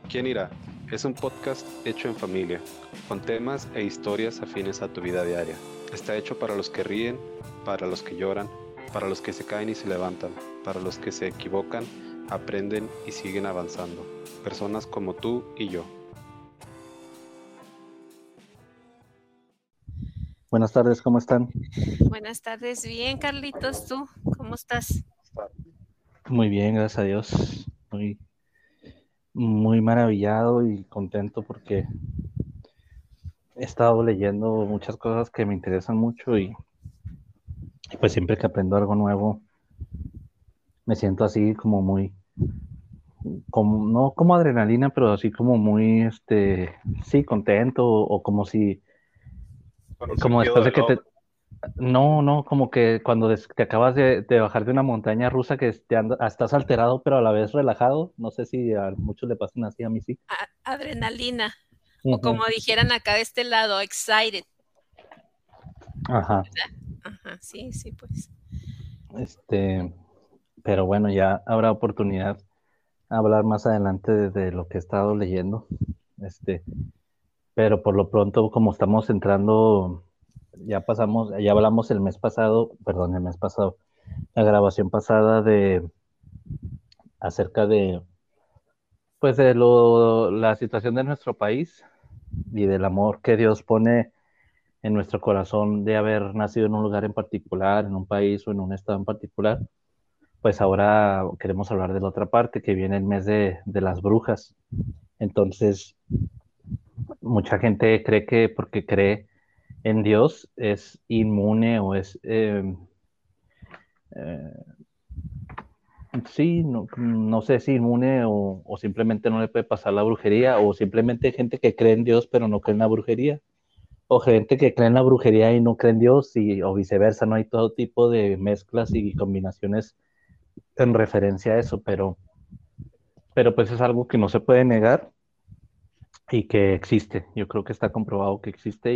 ¿Quién irá? Es un podcast hecho en familia, con temas e historias afines a tu vida diaria. Está hecho para los que ríen, para los que lloran, para los que se caen y se levantan, para los que se equivocan, aprenden y siguen avanzando. Personas como tú y yo. Buenas tardes, ¿cómo están? Buenas tardes, bien, Carlitos, ¿tú cómo estás? Muy bien, gracias a Dios. Muy maravillado y contento porque he estado leyendo muchas cosas que me interesan mucho y pues siempre que aprendo algo nuevo me siento así como muy, como, no como adrenalina, pero así como muy, sí, contento o como si, como después de que no, como que cuando te acabas de bajar de una montaña rusa que estás alterado pero a la vez relajado. No sé si a muchos le pasan así, a mí sí. Adrenalina, o Ujú. como dijeran acá de este lado, excited, Ajá. ¿verdad? Ajá, sí, sí, pues. Este, pero bueno, ya habrá oportunidad a hablar más adelante de lo que he estado leyendo. Este, pero por lo pronto, como estamos entrando, ya hablamos el mes pasado, perdón, el mes pasado, la grabación pasada acerca de, pues la situación de nuestro país y del amor que Dios pone en nuestro corazón de haber nacido en un lugar en particular, en un país o en un estado en particular. Pues ahora queremos hablar de la otra parte, que viene el mes de las brujas. Entonces, mucha gente cree que porque cree en Dios es inmune o eh, sí, no sé si inmune o simplemente no le puede pasar la brujería, o simplemente hay gente que cree en Dios pero no cree en la brujería, o gente que cree en la brujería y no cree en Dios, o viceversa. No hay todo tipo de mezclas y combinaciones en referencia a eso, pero pues es algo que no se puede negar y que existe. Yo creo que está comprobado que existe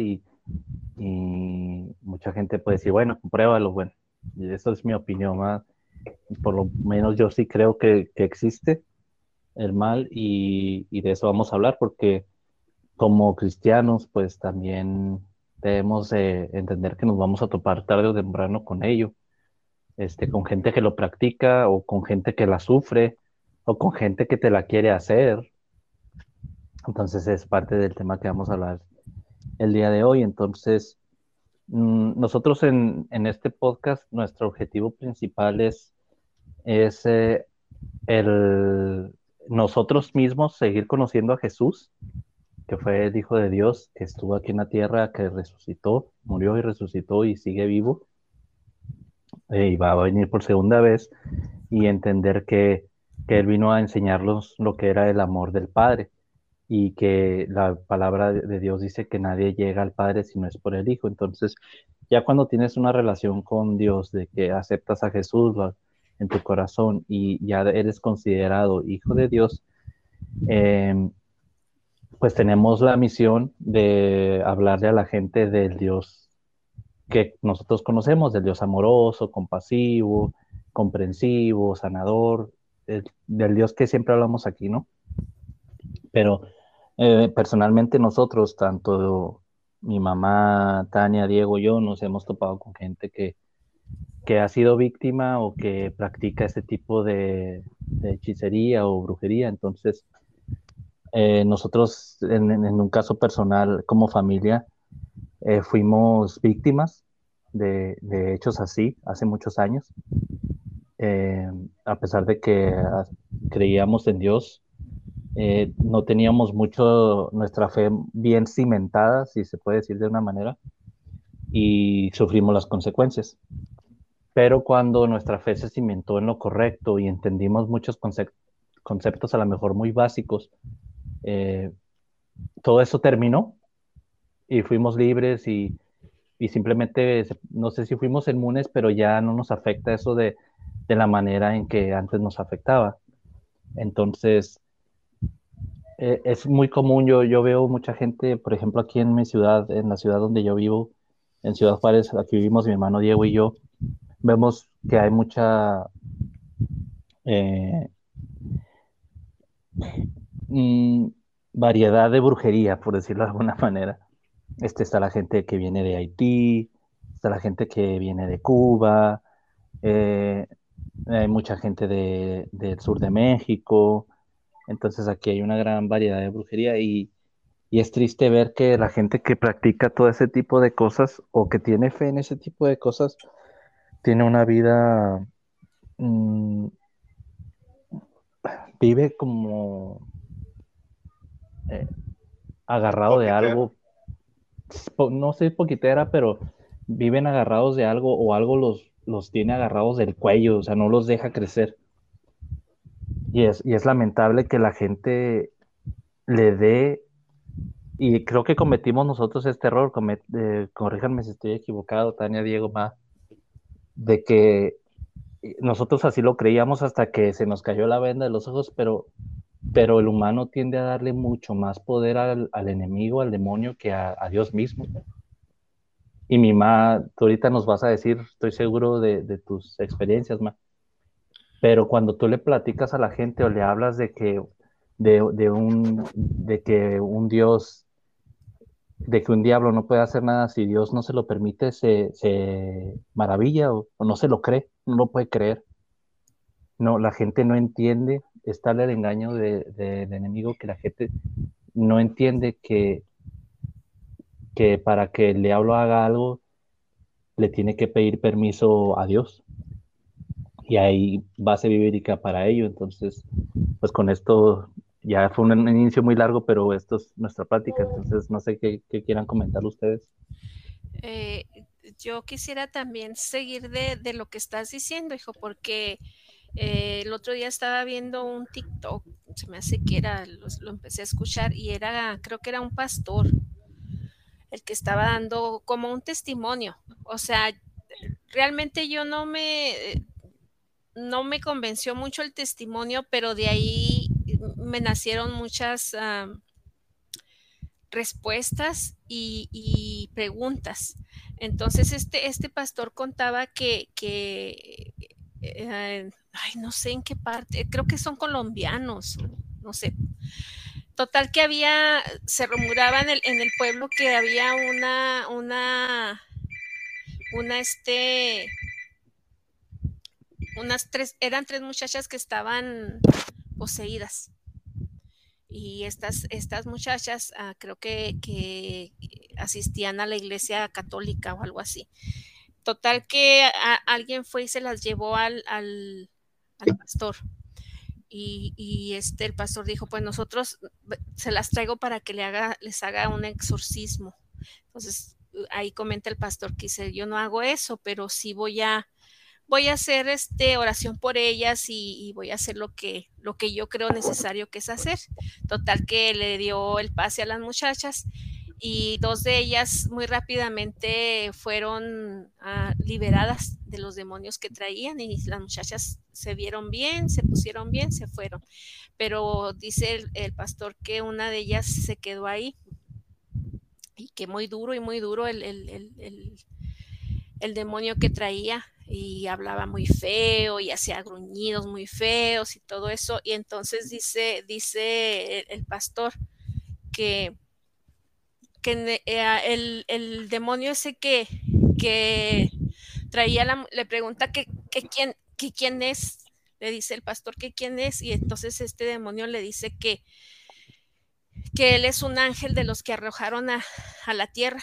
y mucha gente puede decir, bueno, compruébalo, bueno. Y eso es mi opinión, ¿verdad? Por lo menos yo sí creo que existe el mal y de eso vamos a hablar porque como cristianos pues también debemos entender que nos vamos a topar tarde o temprano con ello, con gente que lo practica o con gente que la sufre o con gente que te la quiere hacer. Entonces es parte del tema que vamos a hablar el día de hoy. Entonces, nosotros en este podcast, nuestro objetivo principal es el nosotros mismos seguir conociendo a Jesús, que fue el Hijo de Dios, que estuvo aquí en la tierra, que resucitó, murió y resucitó y sigue vivo, y va a venir por segunda vez, y entender que Él vino a enseñarnos lo que era el amor del Padre y que la palabra de Dios dice que nadie llega al Padre si no es por el Hijo. Entonces, ya cuando tienes una relación con Dios, de que aceptas a Jesús en tu corazón y ya eres considerado hijo de Dios, eh, pues tenemos la misión de hablarle a la gente del Dios que nosotros conocemos, del Dios amoroso, compasivo, comprensivo, sanador, del Dios que siempre hablamos aquí, ¿no? Pero personalmente nosotros, tanto mi mamá, Tania, Diego y yo, nos hemos topado con gente que ha sido víctima o que practica este tipo de hechicería o brujería. Entonces, nosotros en un caso personal como familia fuimos víctimas de hechos así hace muchos años. Eh, a pesar de que creíamos en Dios, no teníamos mucho nuestra fe bien cimentada, si se puede decir de una manera, y sufrimos las consecuencias. Pero cuando nuestra fe se cimentó en lo correcto y entendimos muchos conceptos a lo mejor muy básicos, eh, todo eso terminó y fuimos libres y simplemente, no sé si fuimos inmunes, pero ya no nos afecta eso de la manera en que antes nos afectaba. Entonces, es muy común, yo veo mucha gente, por ejemplo, aquí en mi ciudad, en la ciudad donde yo vivo, en Ciudad Juárez, aquí vivimos mi hermano Diego y yo, vemos que hay mucha, eh, mm, variedad de brujería, por decirlo de alguna manera. Está la gente que viene de Haití, está la gente que viene de Cuba, eh, hay mucha gente del sur de México. Entonces aquí hay una gran variedad de brujería y es triste ver que la gente que practica todo ese tipo de cosas o que tiene fe en ese tipo de cosas tiene una vida, mm, vive como eh, agarrado de Poquitero. algo, no sé poquitera, pero viven agarrados de algo o algo los tiene agarrados del cuello, o sea, no los deja crecer. Y es lamentable que la gente le dé, y creo que cometimos nosotros este error, corríjanme si estoy equivocado, Tania, Diego, Ma, de que nosotros así lo creíamos hasta que se nos cayó la venda de los ojos, pero el humano tiende a darle mucho más poder al enemigo, al demonio, que a Dios mismo. Y mi ma, tú ahorita nos vas a decir, estoy seguro de tus experiencias, ma, pero cuando tú le platicas a la gente o le hablas de que un Dios, de que un diablo no puede hacer nada si Dios no se lo permite, se maravilla o no se lo cree, no lo puede creer. No, la gente no entiende, está el engaño del enemigo, que la gente no entiende que para que el diablo haga algo, le tiene que pedir permiso a Dios. Y ahí base bíblica para ello. Entonces, pues con esto ya fue un inicio muy largo, pero esto es nuestra plática. Entonces, no sé qué quieran comentar ustedes. Eh, yo quisiera también seguir de lo que estás diciendo, hijo, porque el otro día estaba viendo un TikTok, se me hace que era, lo empecé a escuchar y creo que era un pastor el que estaba dando como un testimonio. O sea, realmente yo no me convenció mucho el testimonio, pero de ahí me nacieron muchas respuestas y preguntas. Entonces, este pastor contaba ay, no sé en qué parte, creo que son colombianos, no sé. Total que se rumoraba en el pueblo que había una, eran tres muchachas que estaban poseídas. Y estas muchachas creo que asistían a la iglesia católica o algo así. Total que alguien fue y se las llevó al pastor. El pastor dijo, pues nosotros se las traigo para que les haga un exorcismo. Entonces ahí comenta el pastor que dice, yo no hago eso, pero sí voy a hacer oración por ellas y voy a hacer lo que yo creo necesario que es hacer. Total que le dio el pase a las muchachas y dos de ellas muy rápidamente fueron liberadas de los demonios que traían y las muchachas se vieron bien, se pusieron bien, se fueron. Pero dice el pastor que una de ellas se quedó ahí y que muy duro el demonio que traía y hablaba muy feo y hacía gruñidos muy feos y todo eso. Y entonces dice el pastor que el demonio ese que traía, le pregunta que quién es, le dice el pastor que quién es, y entonces este demonio le dice que él es un ángel de los que arrojaron a la tierra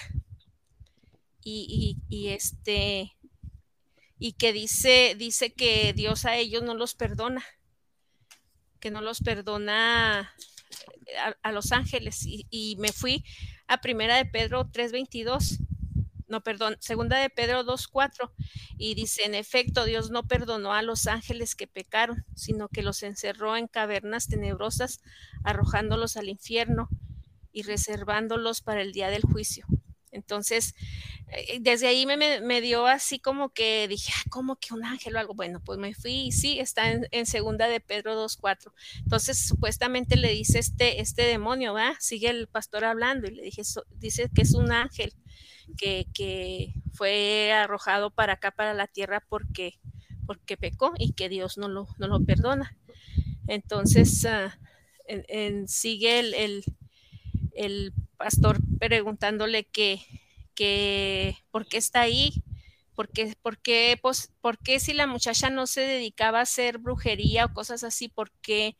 y que dice que Dios a ellos no los perdona, que no los perdona a los ángeles. Y me fui a Primera de Pedro 3:22, no, perdón, Segunda de Pedro 2:4, y dice, en efecto, Dios no perdonó a los ángeles que pecaron, sino que los encerró en cavernas tenebrosas, arrojándolos al infierno y reservándolos para el día del juicio. Entonces, desde ahí me dio así como que dije, ¿cómo que un ángel o algo? Bueno, pues me fui y sí, está en Segunda de Pedro 2:4. Entonces, supuestamente le dice este demonio, ¿va? Sigue el pastor hablando y le dice que es un ángel que fue arrojado para acá, para la tierra, porque pecó y que Dios no lo perdona. Entonces, sigue el pastor preguntándole que por qué está ahí, por qué si la muchacha no se dedicaba a hacer brujería o cosas así, por qué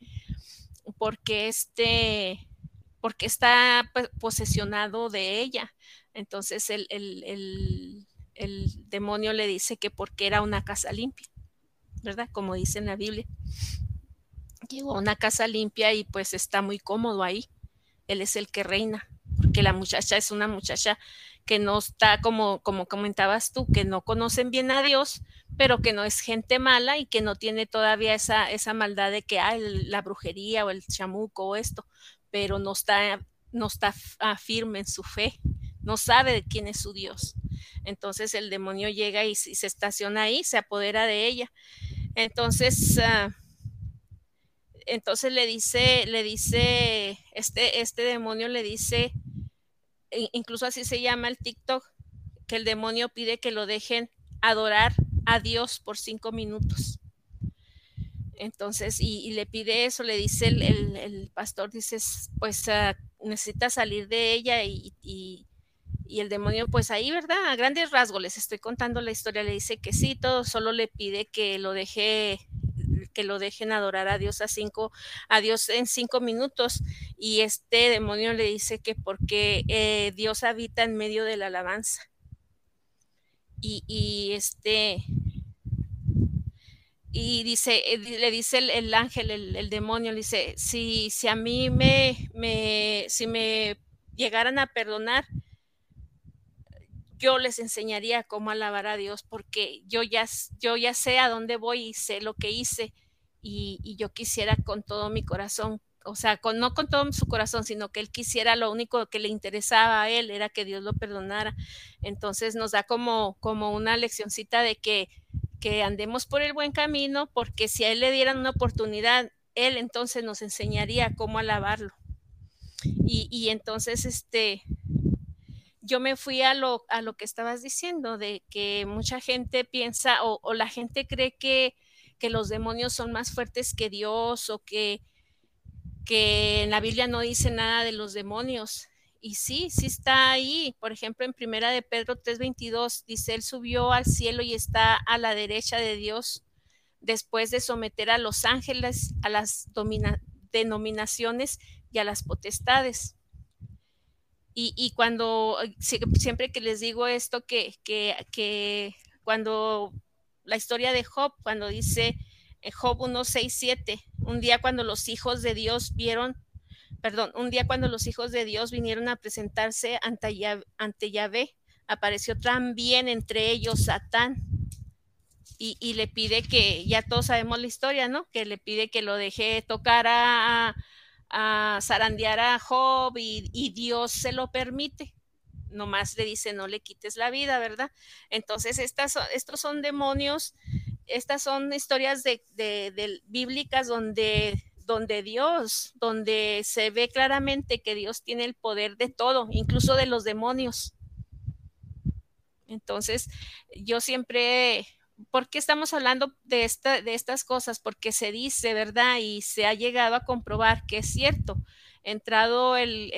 está posesionado de ella. Entonces el demonio le dice que porque era una casa limpia, ¿verdad? Como dice en la Biblia. Llegó a una casa limpia y pues está muy cómodo ahí. Él es el que reina, porque la muchacha es una muchacha que no está como comentabas tú, que no conocen bien a Dios, pero que no es gente mala y que no tiene todavía esa maldad de que la brujería o el chamuco o esto, pero no está firme en su fe, no sabe de quién es su Dios. Entonces el demonio llega y se estaciona ahí, se apodera de ella. Entonces le dice este demonio le dice, incluso así se llama el TikTok, que el demonio pide que lo dejen adorar a Dios por 5 minutos. Entonces, y le pide eso, le dice el pastor, dice, pues necesita salir de ella y el demonio, pues ahí, ¿verdad? A grandes rasgos les estoy contando la historia, le dice que sí, todo, solo le pide que lo dejen adorar a Dios en 5 minutos. Y este demonio le dice que porque Dios habita en medio de la alabanza. Y dice, le dice el ángel, el demonio, le dice, si a mí si me llegaran a perdonar, yo les enseñaría cómo alabar a Dios, porque yo ya sé a dónde voy y sé lo que hice, y yo quisiera con todo mi corazón, o sea, no con todo su corazón, sino que él quisiera, lo único que le interesaba a él era que Dios lo perdonara. Entonces nos da como una leccioncita de que andemos por el buen camino, porque si a él le dieran una oportunidad, él entonces nos enseñaría cómo alabarlo. Y entonces yo me fui a lo que estabas diciendo, de que mucha gente piensa o la gente cree que los demonios son más fuertes que Dios, o que en la Biblia no dice nada de los demonios. Y sí está ahí. Por ejemplo, en Primera de Pedro 3:22 dice, él subió al cielo y está a la derecha de Dios, después de someter a los ángeles, a las denominaciones y a las potestades. Y cuando, siempre que les digo esto, que cuando la historia de Job, cuando dice Job 1:6-7, un día cuando los hijos de Dios vinieron a presentarse ante Yahvé, apareció también entre ellos Satán, y le pide que, ya todos sabemos la historia, ¿no? Que le pide que lo deje tocar a zarandear a Job, y Dios se lo permite. Nomás le dice, no le quites la vida, ¿verdad? Entonces estos son demonios, estas son historias bíblicas donde se ve claramente que Dios tiene el poder de todo, incluso de los demonios. Entonces, yo siempre, ¿por qué estamos hablando de estas cosas? Porque se dice, ¿verdad? Y se ha llegado a comprobar que es cierto. Entrando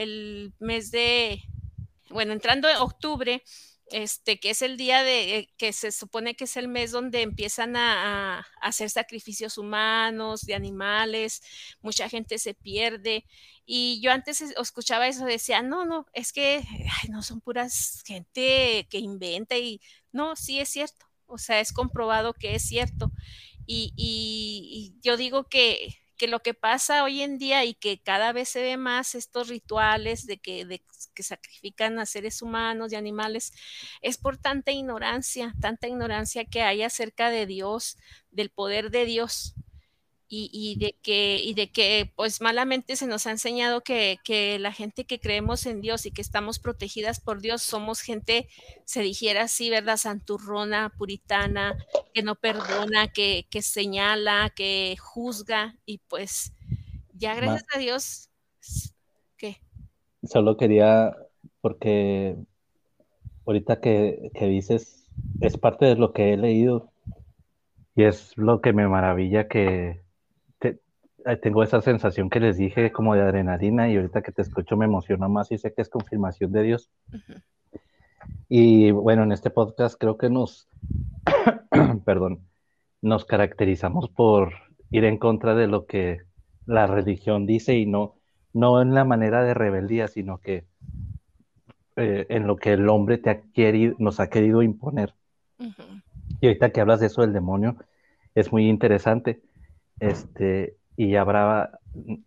octubre, que es el día que se supone que es el mes donde empiezan a hacer sacrificios humanos, de animales, mucha gente se pierde. Y yo antes escuchaba eso, decía, no, es que no, son puras gente que inventa, y no, sí es cierto, o sea, es comprobado que es cierto. Y yo digo que lo que pasa hoy en día, y que cada vez se ve más estos rituales de que sacrifican a seres humanos y animales, es por tanta ignorancia que hay acerca de Dios, del poder de Dios, y de que pues malamente se nos ha enseñado que la gente que creemos en Dios y que estamos protegidas por Dios somos gente, se dijera así, ¿verdad? Santurrona, puritana, que no perdona, que señala, que juzga, y pues ya gracias a Dios. ¿Qué? Solo quería, porque ahorita que dices, es parte de lo que he leído, y es lo que me maravilla, que tengo esa sensación que les dije como de adrenalina y ahorita que te escucho me emociona más y sé que es confirmación de Dios. Ujú. Y bueno, en este podcast creo que perdón, nos caracterizamos por ir en contra de lo que la religión dice y no en la manera de rebeldía, sino que en lo que el hombre nos ha querido imponer. Ujú. Y ahorita que hablas de eso del demonio, es muy interesante. Y habrá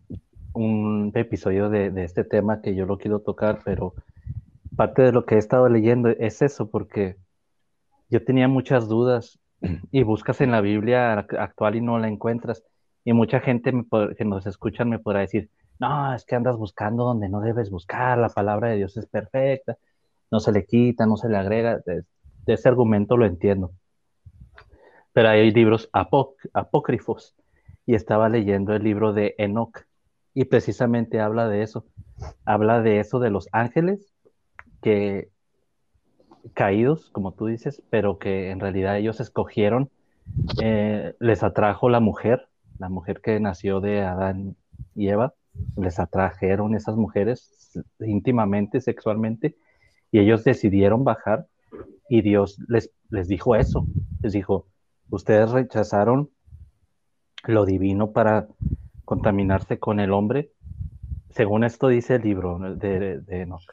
un episodio de este tema que yo lo quiero tocar, pero parte de lo que he estado leyendo es eso, porque yo tenía muchas dudas y buscas en la Biblia actual y no la encuentras. Y mucha gente que nos escuchan me podrá decir, no, es que andas buscando donde no debes buscar, la palabra de Dios es perfecta, no se le quita, no se le agrega. De ese argumento lo entiendo. Pero hay libros apócrifos y estaba leyendo el libro de Enoch y precisamente habla de eso de los ángeles que caídos, como tú dices, pero que en realidad ellos escogieron, les atrajo la mujer que nació de Adán y Eva, les atrajeron esas mujeres íntimamente, sexualmente, y ellos decidieron bajar y Dios les dijo eso, les dijo, ustedes rechazaron lo divino para contaminarse con el hombre, según esto dice el libro de Enoch.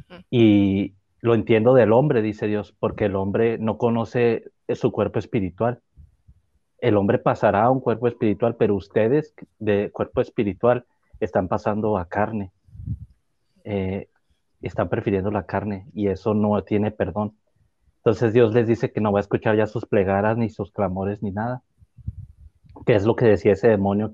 Y lo entiendo del hombre, dice Dios, porque el hombre no conoce su cuerpo espiritual. El hombre pasará a un cuerpo espiritual, pero ustedes de cuerpo espiritual están pasando a carne, eh, están prefiriendo la carne y eso no tiene perdón. Entonces Dios les dice que no va a escuchar ya sus plegadas, ni sus clamores, ni nada, que es lo que decía ese demonio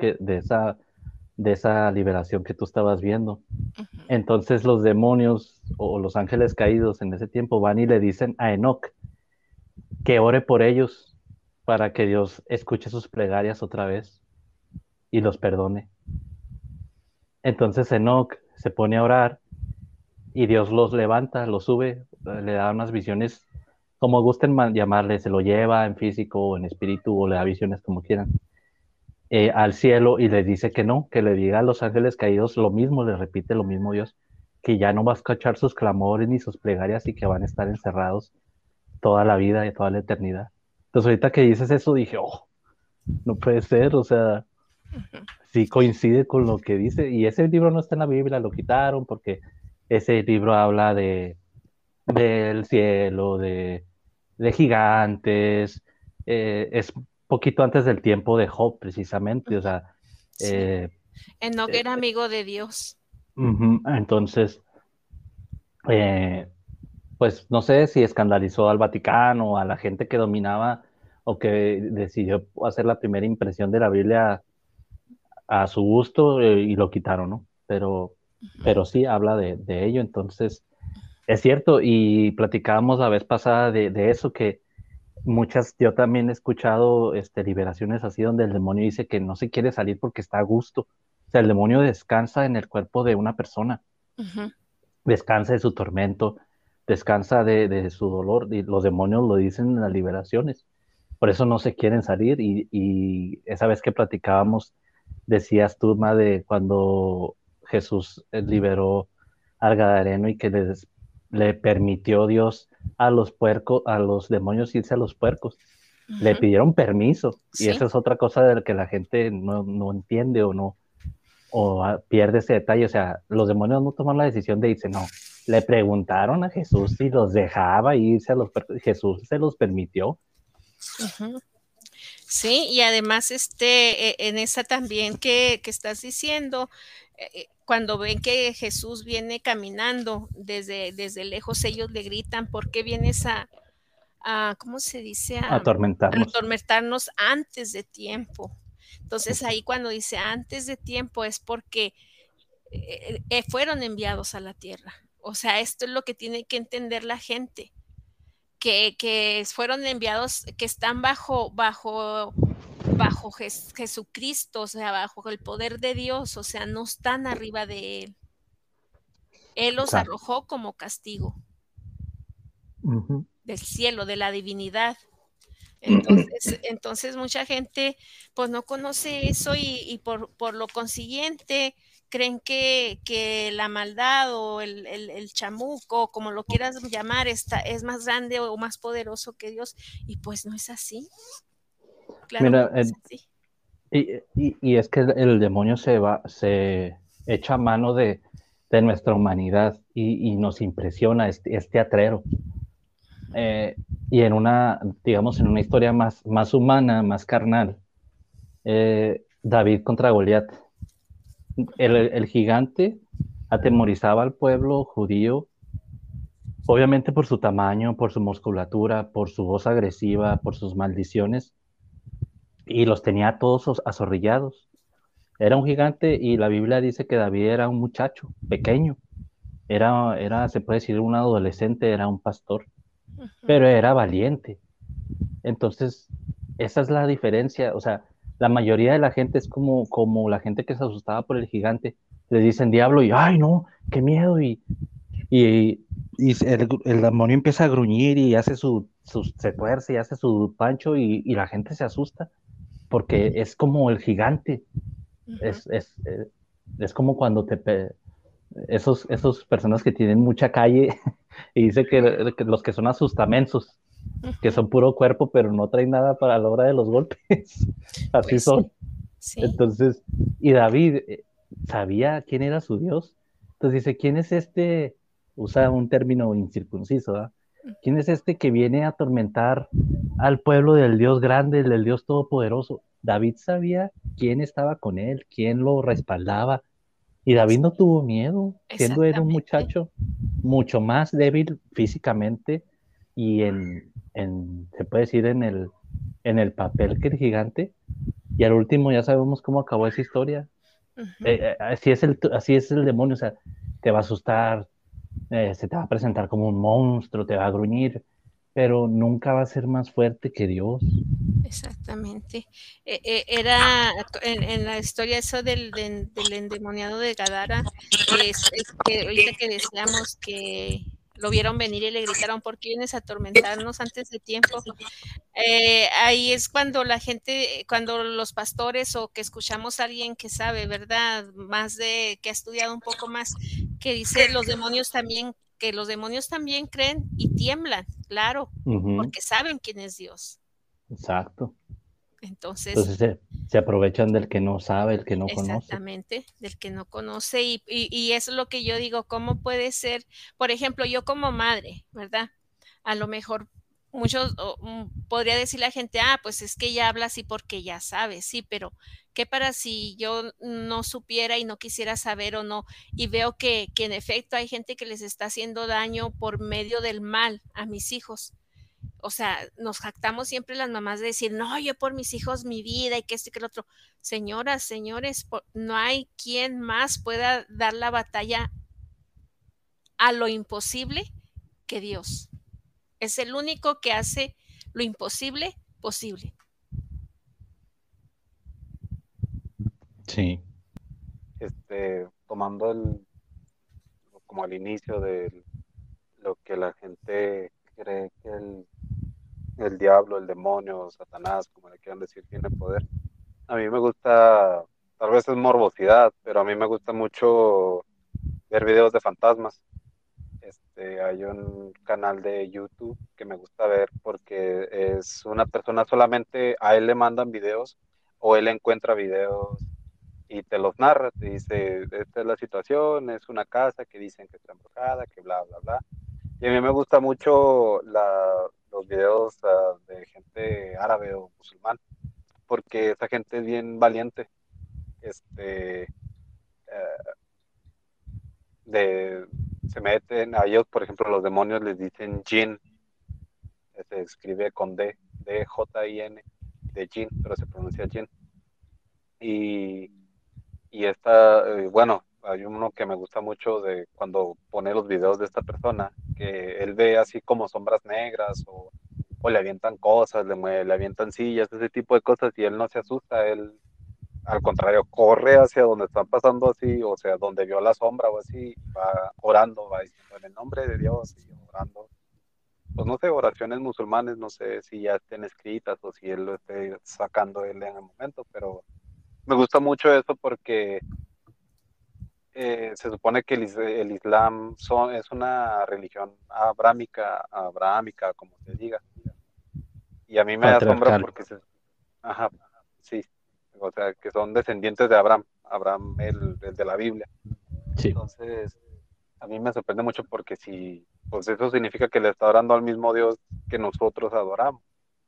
de esa liberación que tú estabas viendo. Ujú. Entonces los demonios o los ángeles caídos en ese tiempo van y le dicen a Enoch que ore por ellos para que Dios escuche sus plegarias otra vez y los perdone. Entonces Enoch se pone a orar y Dios los levanta, los sube, le da unas visiones, como gusten llamarle, se lo lleva en físico o en espíritu o le da visiones como quieran, al cielo y le dice que no, que le diga a los ángeles caídos lo mismo, le repite lo mismo Dios, que ya no va a escuchar sus clamores ni sus plegarias y que van a estar encerrados toda la vida y toda la eternidad. Entonces ahorita que dices eso dije, oh, no puede ser, o sea, sí coincide con lo que dice. Y ese libro no está en la Biblia, lo quitaron porque ese libro habla del cielo, de gigantes, es poquito antes del tiempo de Job, precisamente, o sea, Sí. eh, Enoch eh, era amigo de Dios. entonces, eh, pues no sé si escandalizó al Vaticano o a la gente que dominaba o que decidió hacer la primera impresión de la Biblia a su gusto y lo quitaron, ¿no? Pero sí habla de ello, entonces es cierto, y platicábamos la vez pasada de eso, que yo también he escuchado liberaciones así donde el demonio dice que no se quiere salir porque está a gusto. O sea, el demonio descansa en el cuerpo de una persona, Ujú. descansa de su tormento, descansa de su dolor, y los demonios lo dicen en las liberaciones. Por eso no se quieren salir, y esa vez que platicábamos, decías tú, Ma, de cuando Jesús liberó al Gadareno y que le permitió Dios a los demonios irse a los puercos. Le Ujú. pidieron permiso, y Sí. esa es otra cosa de la que la gente no entiende pierde ese detalle. O sea, los demonios no toman la decisión de irse, no. Le preguntaron a Jesús si los dejaba irse a los puercos, y Jesús se los permitió. Ujú. Sí, y además en esa también que estás diciendo, cuando ven que Jesús viene caminando desde lejos, ellos le gritan, ¿por qué vienes ¿cómo se dice? A Atormentarnos. atormentarnos antes de tiempo. Entonces ahí cuando dice antes de tiempo es porque fueron enviados a la tierra. O sea, esto es lo que tiene que entender la gente, que fueron enviados, que están bajo Jesucristo, o sea, bajo el poder de Dios, o sea, no están arriba de Él. Él los Exacto. arrojó como castigo Uh-huh. del cielo, de la divinidad. Entonces mucha gente pues no conoce eso y por lo consiguiente creen que la maldad o el chamuco, como lo quieras llamar, es más grande o más poderoso que Dios, y pues no es así. Claro que Mira, no es así. y es que el demonio se echa mano de nuestra humanidad y nos impresiona, es teatrero. Eh, y digamos, en una historia más humana, más carnal, David contra Goliat. El gigante atemorizaba al pueblo judío, obviamente por su tamaño, por su musculatura, por su voz agresiva, por sus maldiciones, y los tenía todos azorrillados. Era un gigante y la Biblia dice que David era un muchacho pequeño, se puede decir, un adolescente, era un pastor, Ujú. pero era valiente. Entonces, esa es la diferencia. O sea, la mayoría de la gente es como la gente que se asustaba por el gigante. Le dicen diablo y, ay, no, qué miedo. Y, el demonio empieza a gruñir y hace se tuerce y hace su pancho y la gente se asusta porque es como el gigante. Ujú. Es como cuando esos personas que tienen mucha calle y dice que los que son asustamensos, que Ujú. son puro cuerpo, pero no traen nada para la hora de los golpes. Así Pues sí, son. sí. Entonces, y David sabía quién era su Dios. Entonces dice, ¿quién es este? Usa un término incircunciso, ¿verdad? ¿Quién es este que viene a atormentar al pueblo del Dios grande, del Dios todopoderoso? David sabía quién estaba con él, quién lo respaldaba. Y David no tuvo miedo, siendo él un Exactamente. muchacho mucho más débil físicamente y se puede decir, en el papel que el gigante. Y al último ya sabemos cómo acabó esa historia. Ujú. Así es el demonio, o sea, te va a asustar, se te va a presentar como un monstruo, te va a gruñir, pero nunca va a ser más fuerte que Dios. Exactamente. Era en la historia eso del endemoniado de Gadara, es que ahorita que decíamos que lo vieron venir y le gritaron, ¿por qué vienes a atormentarnos antes de tiempo? Ahí es cuando la gente, cuando los pastores o que escuchamos a alguien que sabe, ¿verdad? Más que ha estudiado un poco más, que dice que los demonios también creen y tiemblan, claro, Ujú, porque saben quién es Dios. exacto. Entonces, Entonces se aprovechan del que no sabe, el que no conoce. exactamente, del que no conoce y eso es lo que yo digo, ¿cómo puede ser? Por ejemplo, yo como madre, ¿verdad? A lo mejor podría decir la gente, pues es que ella habla así porque ya sabe, sí, pero ¿qué para si yo no supiera y no quisiera saber o no? Y veo que en efecto hay gente que les está haciendo daño por medio del mal a mis hijos. O sea, nos jactamos siempre las mamás de decir, no, yo por mis hijos mi vida y que esto y que lo otro. Señoras, señores, no hay quien más pueda dar la batalla a lo imposible que Dios. Es el único que hace lo imposible posible. Sí. Tomando como al inicio de lo que la gente cree que el diablo, el demonio, Satanás, como le quieran decir, tiene poder. A mí me gusta, tal vez es morbosidad, pero a mí me gusta mucho ver videos de fantasmas. Hay un canal de YouTube que me gusta ver porque es una persona solamente, a él le mandan videos o él encuentra videos y te los narra, te dice, esta es la situación, es una casa que dicen que está embrujada, que bla, bla, bla. Y a mí me gusta mucho los videos de gente árabe o musulmán, porque esa gente es bien valiente. Este, eh, de, Se meten a ellos, por ejemplo, los demonios les dicen jinn, se escribe con D-J-I-N, de jinn, pero se pronuncia jinn. Y, bueno, hay uno que me gusta mucho de cuando pone los videos de esta persona, que él ve así como sombras negras o le avientan cosas, le avientan sillas, ese tipo de cosas, y él no se asusta, él al contrario, corre hacia donde están pasando así, o sea, donde vio la sombra o así, y va orando, va diciendo en el nombre de Dios y orando. pues no sé, oraciones musulmanes, no sé si ya estén escritas o si él lo esté sacando él en el momento, pero me gusta mucho eso porque se supone que el Islam es una religión abrahámica, como se diga, y a mí me asombra Patriarcal. porque ajá, sí, o sea, que son descendientes de Abraham el de la Biblia. Sí. Entonces, a mí me sorprende mucho porque si, pues eso significa que le está orando al mismo Dios que nosotros adoramos.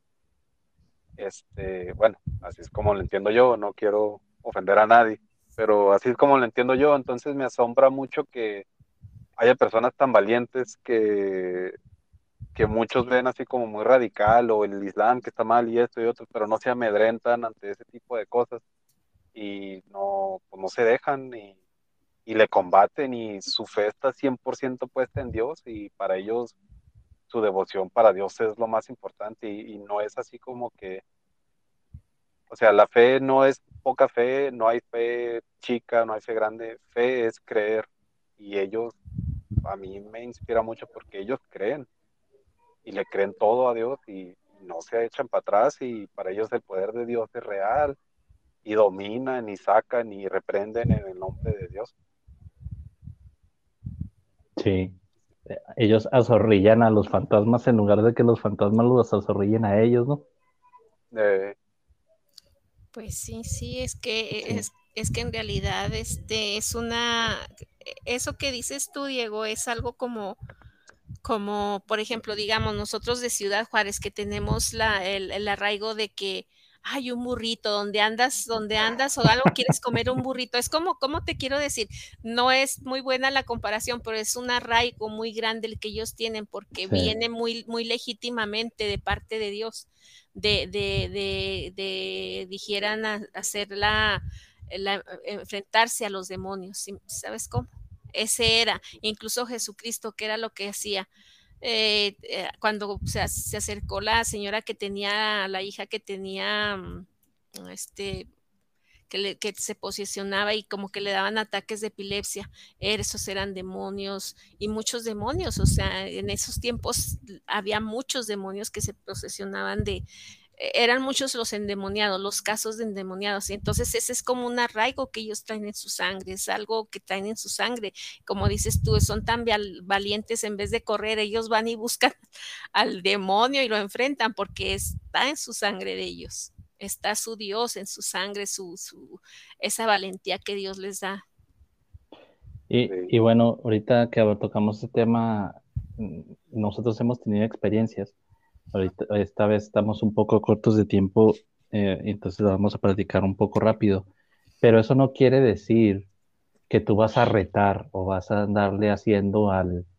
Bueno, así es como lo entiendo yo, no quiero ofender a nadie, pero así es como lo entiendo yo, entonces me asombra mucho que haya personas tan valientes que muchos ven así como muy radical o el Islam que está mal y esto y otro, pero no se amedrentan ante ese tipo de cosas y no, pues no se dejan y le combaten y su fe está 100% puesta en Dios y para ellos su devoción para Dios es lo más importante y no es así como que, o sea, la fe no es poca fe, no hay fe chica, no hay fe grande, fe es creer y ellos a mí me inspira mucho porque ellos creen y le creen todo a Dios y no se echan para atrás y para ellos el poder de Dios es real y dominan y sacan y reprenden en el nombre de Dios. Sí. Ellos azorrillan a los fantasmas en lugar de que los fantasmas los azorrillen a ellos, ¿no? Eh, Pues sí, sí, es que Sí. es que en realidad es eso que dices tú, Diego, es algo como, por ejemplo, digamos, nosotros de Ciudad Juárez, que tenemos el arraigo de que hay un burrito, donde andas o algo quieres comer un burrito. Es como, ¿cómo te quiero decir? No es muy buena la comparación, pero es un arraigo muy grande el que ellos tienen porque Sí. viene muy, muy legítimamente de parte de Dios, dijeran hacer enfrentarse a los demonios, ¿sabes cómo? Ese era, incluso Jesucristo, que era lo que hacía. Cuando se acercó la señora que tenía, la hija que tenía, que se posicionaba y como que le daban ataques de epilepsia, esos eran demonios y muchos demonios, o sea, en esos tiempos había muchos demonios que se posesionaban eran muchos los endemoniados, los casos de endemoniados, y entonces ese es como un arraigo que ellos traen en su sangre, es algo que traen en su sangre, como dices tú, son tan valientes, en vez de correr, ellos van y buscan al demonio y lo enfrentan porque está en su sangre de ellos, está su Dios en su sangre, esa valentía que Dios les da. Y bueno, ahorita que tocamos este tema, nosotros hemos tenido experiencias. Ahorita, esta vez estamos un poco cortos de tiempo, entonces lo vamos a platicar un poco rápido. Pero eso no quiere decir que tú vas a retar o vas a andarle haciendo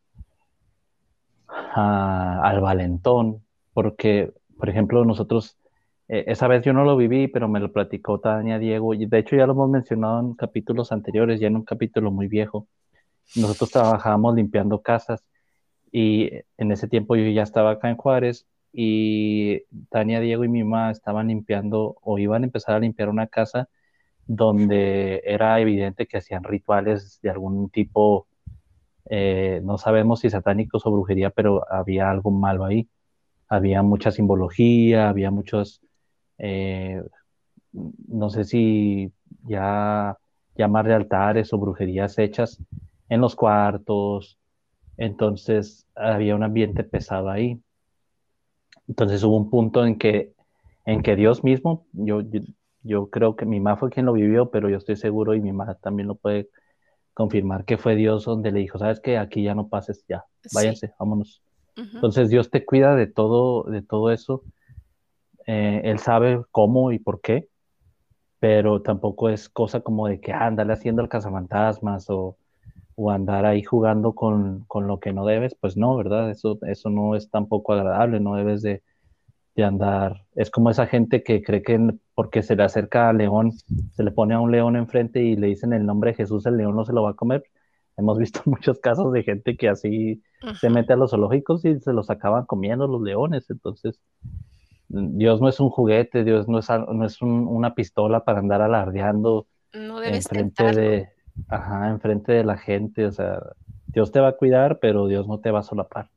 al valentón, porque, por ejemplo, nosotros, esa vez yo no lo viví, pero me lo platicó Tania, Diego, y de hecho ya lo hemos mencionado en capítulos anteriores, ya en un capítulo muy viejo. Nosotros trabajábamos limpiando casas y en ese tiempo yo ya estaba acá en Juárez y Tania, Diego y mi mamá estaban limpiando o iban a empezar a limpiar una casa donde era evidente que hacían rituales de algún tipo, no sabemos si satánicos o brujería, pero había algo malo ahí. Había mucha simbología, había muchos, eh, no sé si ya llamarle altares o brujerías hechas en los cuartos. Entonces había un ambiente pesado ahí. Entonces hubo un punto en que Dios mismo, yo creo que mi mamá fue quien lo vivió, pero yo estoy seguro y mi mamá también lo puede confirmar que fue Dios donde le dijo, sabes que aquí ya no pases, ya, Sí. váyanse, vámonos. Uh-huh. Entonces Dios te cuida de todo eso. Él sabe cómo y por qué, pero tampoco es cosa como de que andale haciendo el cazafantasmas o andar ahí jugando con lo que no debes, pues no, ¿verdad? Eso no es tampoco agradable, no debes de andar. Es como esa gente que cree que porque se le acerca al león, se le pone a un león enfrente y le dicen el nombre de Jesús, el león no se lo va a comer. Hemos visto muchos casos de gente que así se Uh-huh. mete a los zoológicos y se los acaban comiendo los leones. Entonces, Dios no es un juguete, Dios no es una pistola para andar alardeando No debes enfrente tentarlo. enfrente de la gente. O sea, Dios te va a cuidar, pero Dios no te va a solapar.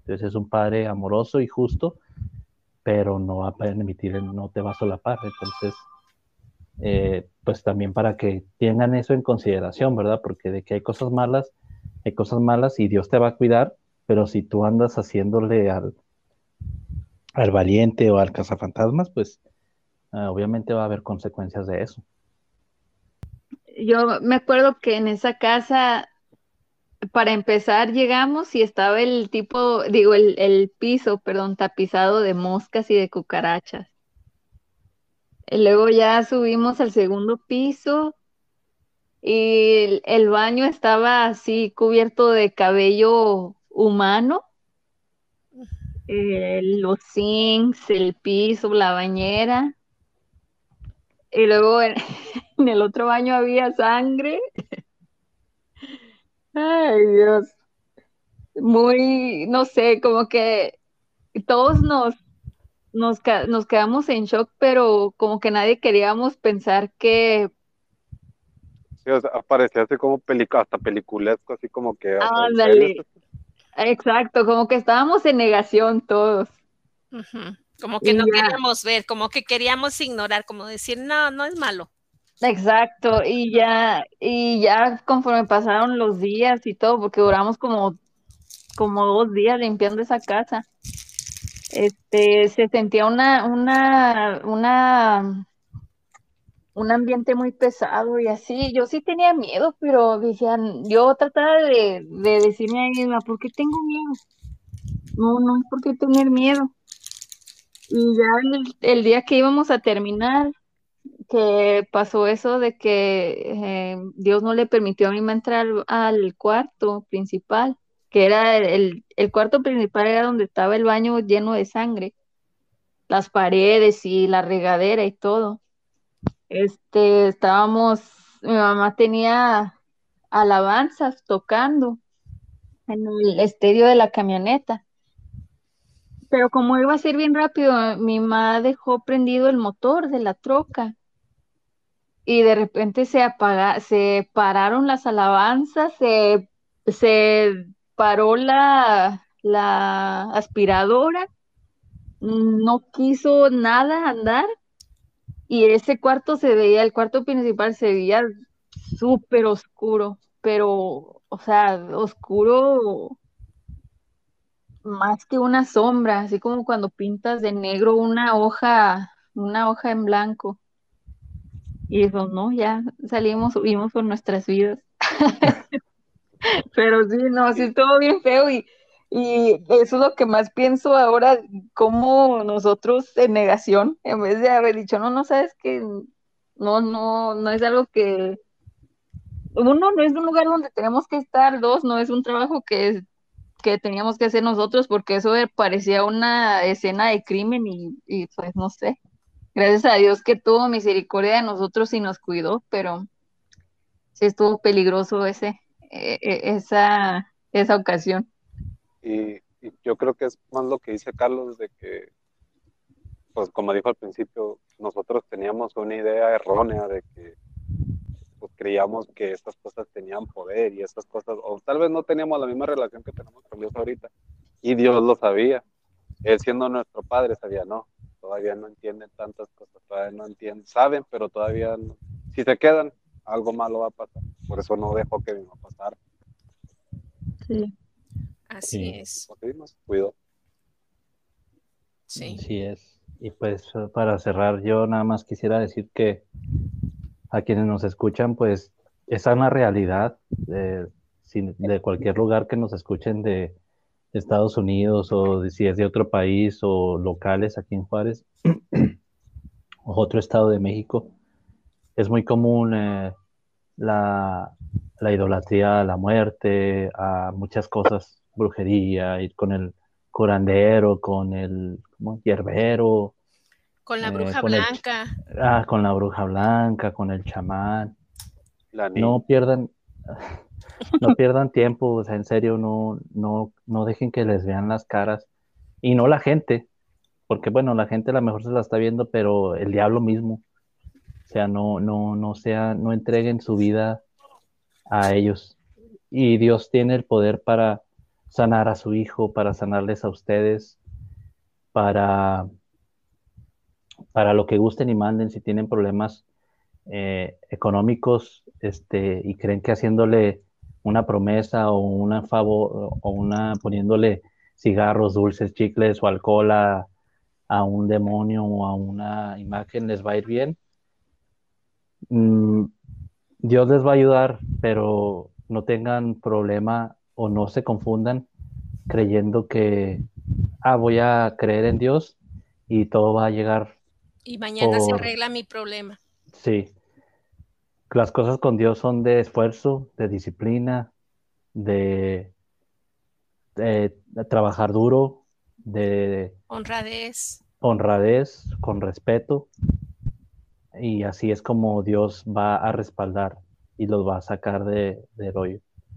Entonces es un padre amoroso y justo, pero no va a permitir, no te va a solapar. Entonces, pues también para que tengan eso en consideración, ¿verdad? Porque de que hay cosas malas y Dios te va a cuidar, pero si tú andas haciéndole al valiente o al cazafantasmas, pues obviamente va a haber consecuencias de eso. Yo me acuerdo que en esa casa, para empezar, llegamos y estaba el piso, perdón, tapizado de moscas y de cucarachas. Y luego ya subimos al segundo piso y el baño estaba así cubierto de cabello humano, los sinks, el piso, la bañera. Y luego en el otro baño había sangre. Ay, Dios. Muy, no sé, como que todos nos quedamos en shock, pero como que nadie queríamos pensar que, Sí, o sea, parecía así como hasta peliculesco, así como que, o sea, ¿en serio? ándale, exacto, como que estábamos en negación todos. Ujú. Como que no Y ya, queríamos ver, como que queríamos ignorar, como decir, no, no es malo. exacto, y ya conforme pasaron los días y todo, porque duramos como 2 días limpiando esa casa, se sentía un ambiente muy pesado y así. Yo sí tenía miedo, pero decían, yo trataba de decirme a mí misma, ¿por qué tengo miedo? No, no hay por qué tener miedo. Y ya el día que íbamos a terminar, que pasó eso de que Dios no le permitió a mi mamá entrar al cuarto principal, que era el cuarto principal era donde estaba el baño lleno de sangre, las paredes y la regadera y todo. Estábamos, mi mamá tenía alabanzas tocando en el estéreo de la camioneta, pero como iba a ser bien rápido, mi mamá dejó prendido el motor de la troca y de repente se pararon las alabanzas, se paró la aspiradora, no quiso nada andar y ese cuarto el cuarto principal se veía súper oscuro, pero, o sea, oscuro más que una sombra, así como cuando pintas de negro una hoja en blanco. Y eso, no, ya salimos, subimos por nuestras vidas. Pero sí, no, sí, Y, todo bien feo y eso es lo que más pienso ahora, como nosotros en negación, en vez de haber dicho, no, no sabes que no, no, no es algo que uno, no es un lugar donde tenemos que estar, dos, no es un trabajo que teníamos que hacer nosotros, porque eso parecía una escena de crimen y pues no sé. Gracias a Dios que tuvo misericordia de nosotros y nos cuidó, pero sí estuvo peligroso esa ocasión. y yo creo que es más lo que dice Carlos, de que, pues como dijo al principio, nosotros teníamos una idea errónea de que pues creíamos que estas cosas tenían poder y estas cosas, o tal vez no teníamos la misma relación que tenemos con Dios ahorita, y Dios lo sabía. Él siendo nuestro padre sabía, no, todavía no entienden tantas cosas, todavía no entienden, saben, pero todavía no. Si se quedan, algo malo va a pasar. Por eso no dejó que mi mamá pasara. Sí. Así Sí, es. Pues sí, nos cuidó. Sí. así es. Y pues para cerrar, yo nada más quisiera decir que a quienes nos escuchan, pues esa es una realidad de cualquier lugar que nos escuchen de Estados Unidos si es de otro país o locales aquí en Juárez o otro estado de México. Es muy común la, la idolatría a la muerte, a muchas cosas, brujería, ir con el curandero, con el hierbero, Con la eh, bruja con el, blanca. con la bruja blanca, con el chamán. La niña. No pierdan, no pierdan tiempo, o sea, en serio, no dejen que les vean las caras. Y no la gente, porque bueno, la gente a lo mejor se la está viendo, pero el diablo mismo. O sea, no entreguen su vida a ellos. Y Dios tiene el poder para sanar a su hijo, para sanarles a ustedes, para lo que gusten y manden. Si tienen problemas económicos, y creen que haciéndole una promesa o una favor o poniéndole cigarros, dulces, chicles o alcohol a un demonio o a una imagen les va a ir bien, mm, Dios les va a ayudar, pero no tengan problema o no se confundan creyendo que voy a creer en Dios y todo va a llegar Y mañana se por... arregla mi problema. Sí, las cosas con Dios son de esfuerzo, de disciplina, de, de trabajar duro, de Honradez. honradez, con respeto, y así es como Dios va a respaldar y los va a sacar del hoyo.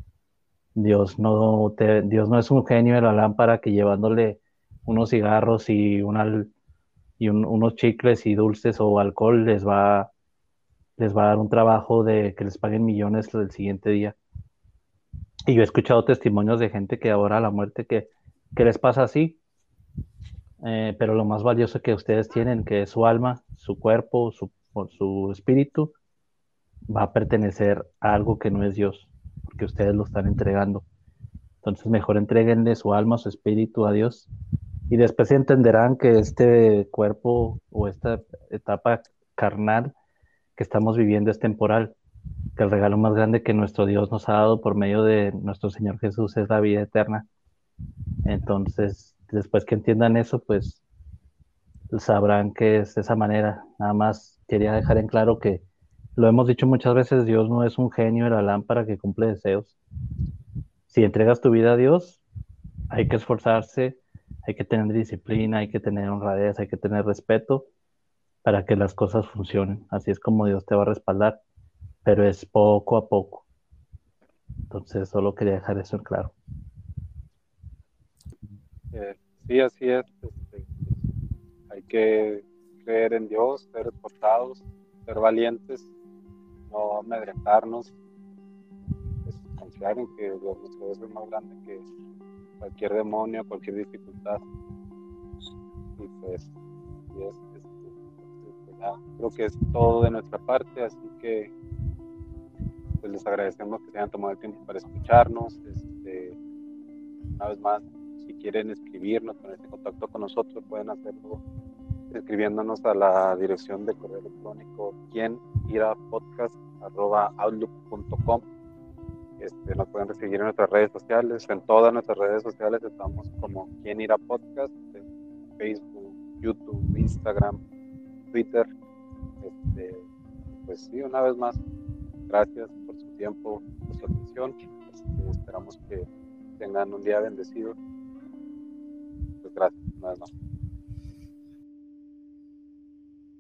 Dios no es un genio de la lámpara que llevándole unos cigarros y, unos chicles y dulces o alcohol les va a dar un trabajo de que les paguen millones el siguiente día. Y yo he escuchado testimonios de gente que ahora a la muerte que les pasa así, pero lo más valioso que ustedes tienen, que es su alma, su cuerpo, su espíritu, va a pertenecer a algo que no es Dios, porque ustedes lo están entregando. Entonces mejor entréguenle su alma, su espíritu a Dios y después entenderán que este cuerpo o esta etapa carnal que estamos viviendo es temporal, que el regalo más grande que nuestro Dios nos ha dado por medio de nuestro Señor Jesús es la vida eterna. Entonces, después que entiendan eso, pues sabrán que es de esa manera. Nada más quería dejar en claro que lo hemos dicho muchas veces, Dios no es un genio de la lámpara que cumple deseos. Si entregas tu vida a Dios, hay que esforzarse, hay que tener disciplina, hay que tener honradez, hay que tener respeto para que las cosas funcionen. Así es como Dios te va a respaldar, pero es poco a poco. Entonces, solo quería dejar eso en claro. Sí, así es. Hay que creer en Dios, ser esforzados, ser valientes, no amedrentarnos, confiar en que nuestro Dios es más grande que cualquier demonio, cualquier dificultad. Y pues, ya, creo que es todo de nuestra parte, así que pues les agradecemos que se hayan tomado el tiempo para escucharnos. Una vez más, si quieren escribirnos, ponerse en contacto con nosotros, pueden hacerlo escribiéndonos a la dirección de correo electrónico quienirapodcast@outlook.com. Nos pueden seguir en nuestras redes sociales, en todas nuestras redes sociales estamos como Quién Irá Podcast, en Facebook, YouTube, Instagram, Twitter. Pues sí, una vez más, gracias por su tiempo, por su atención. Esperamos que tengan un día bendecido. Pues gracias, una vez más.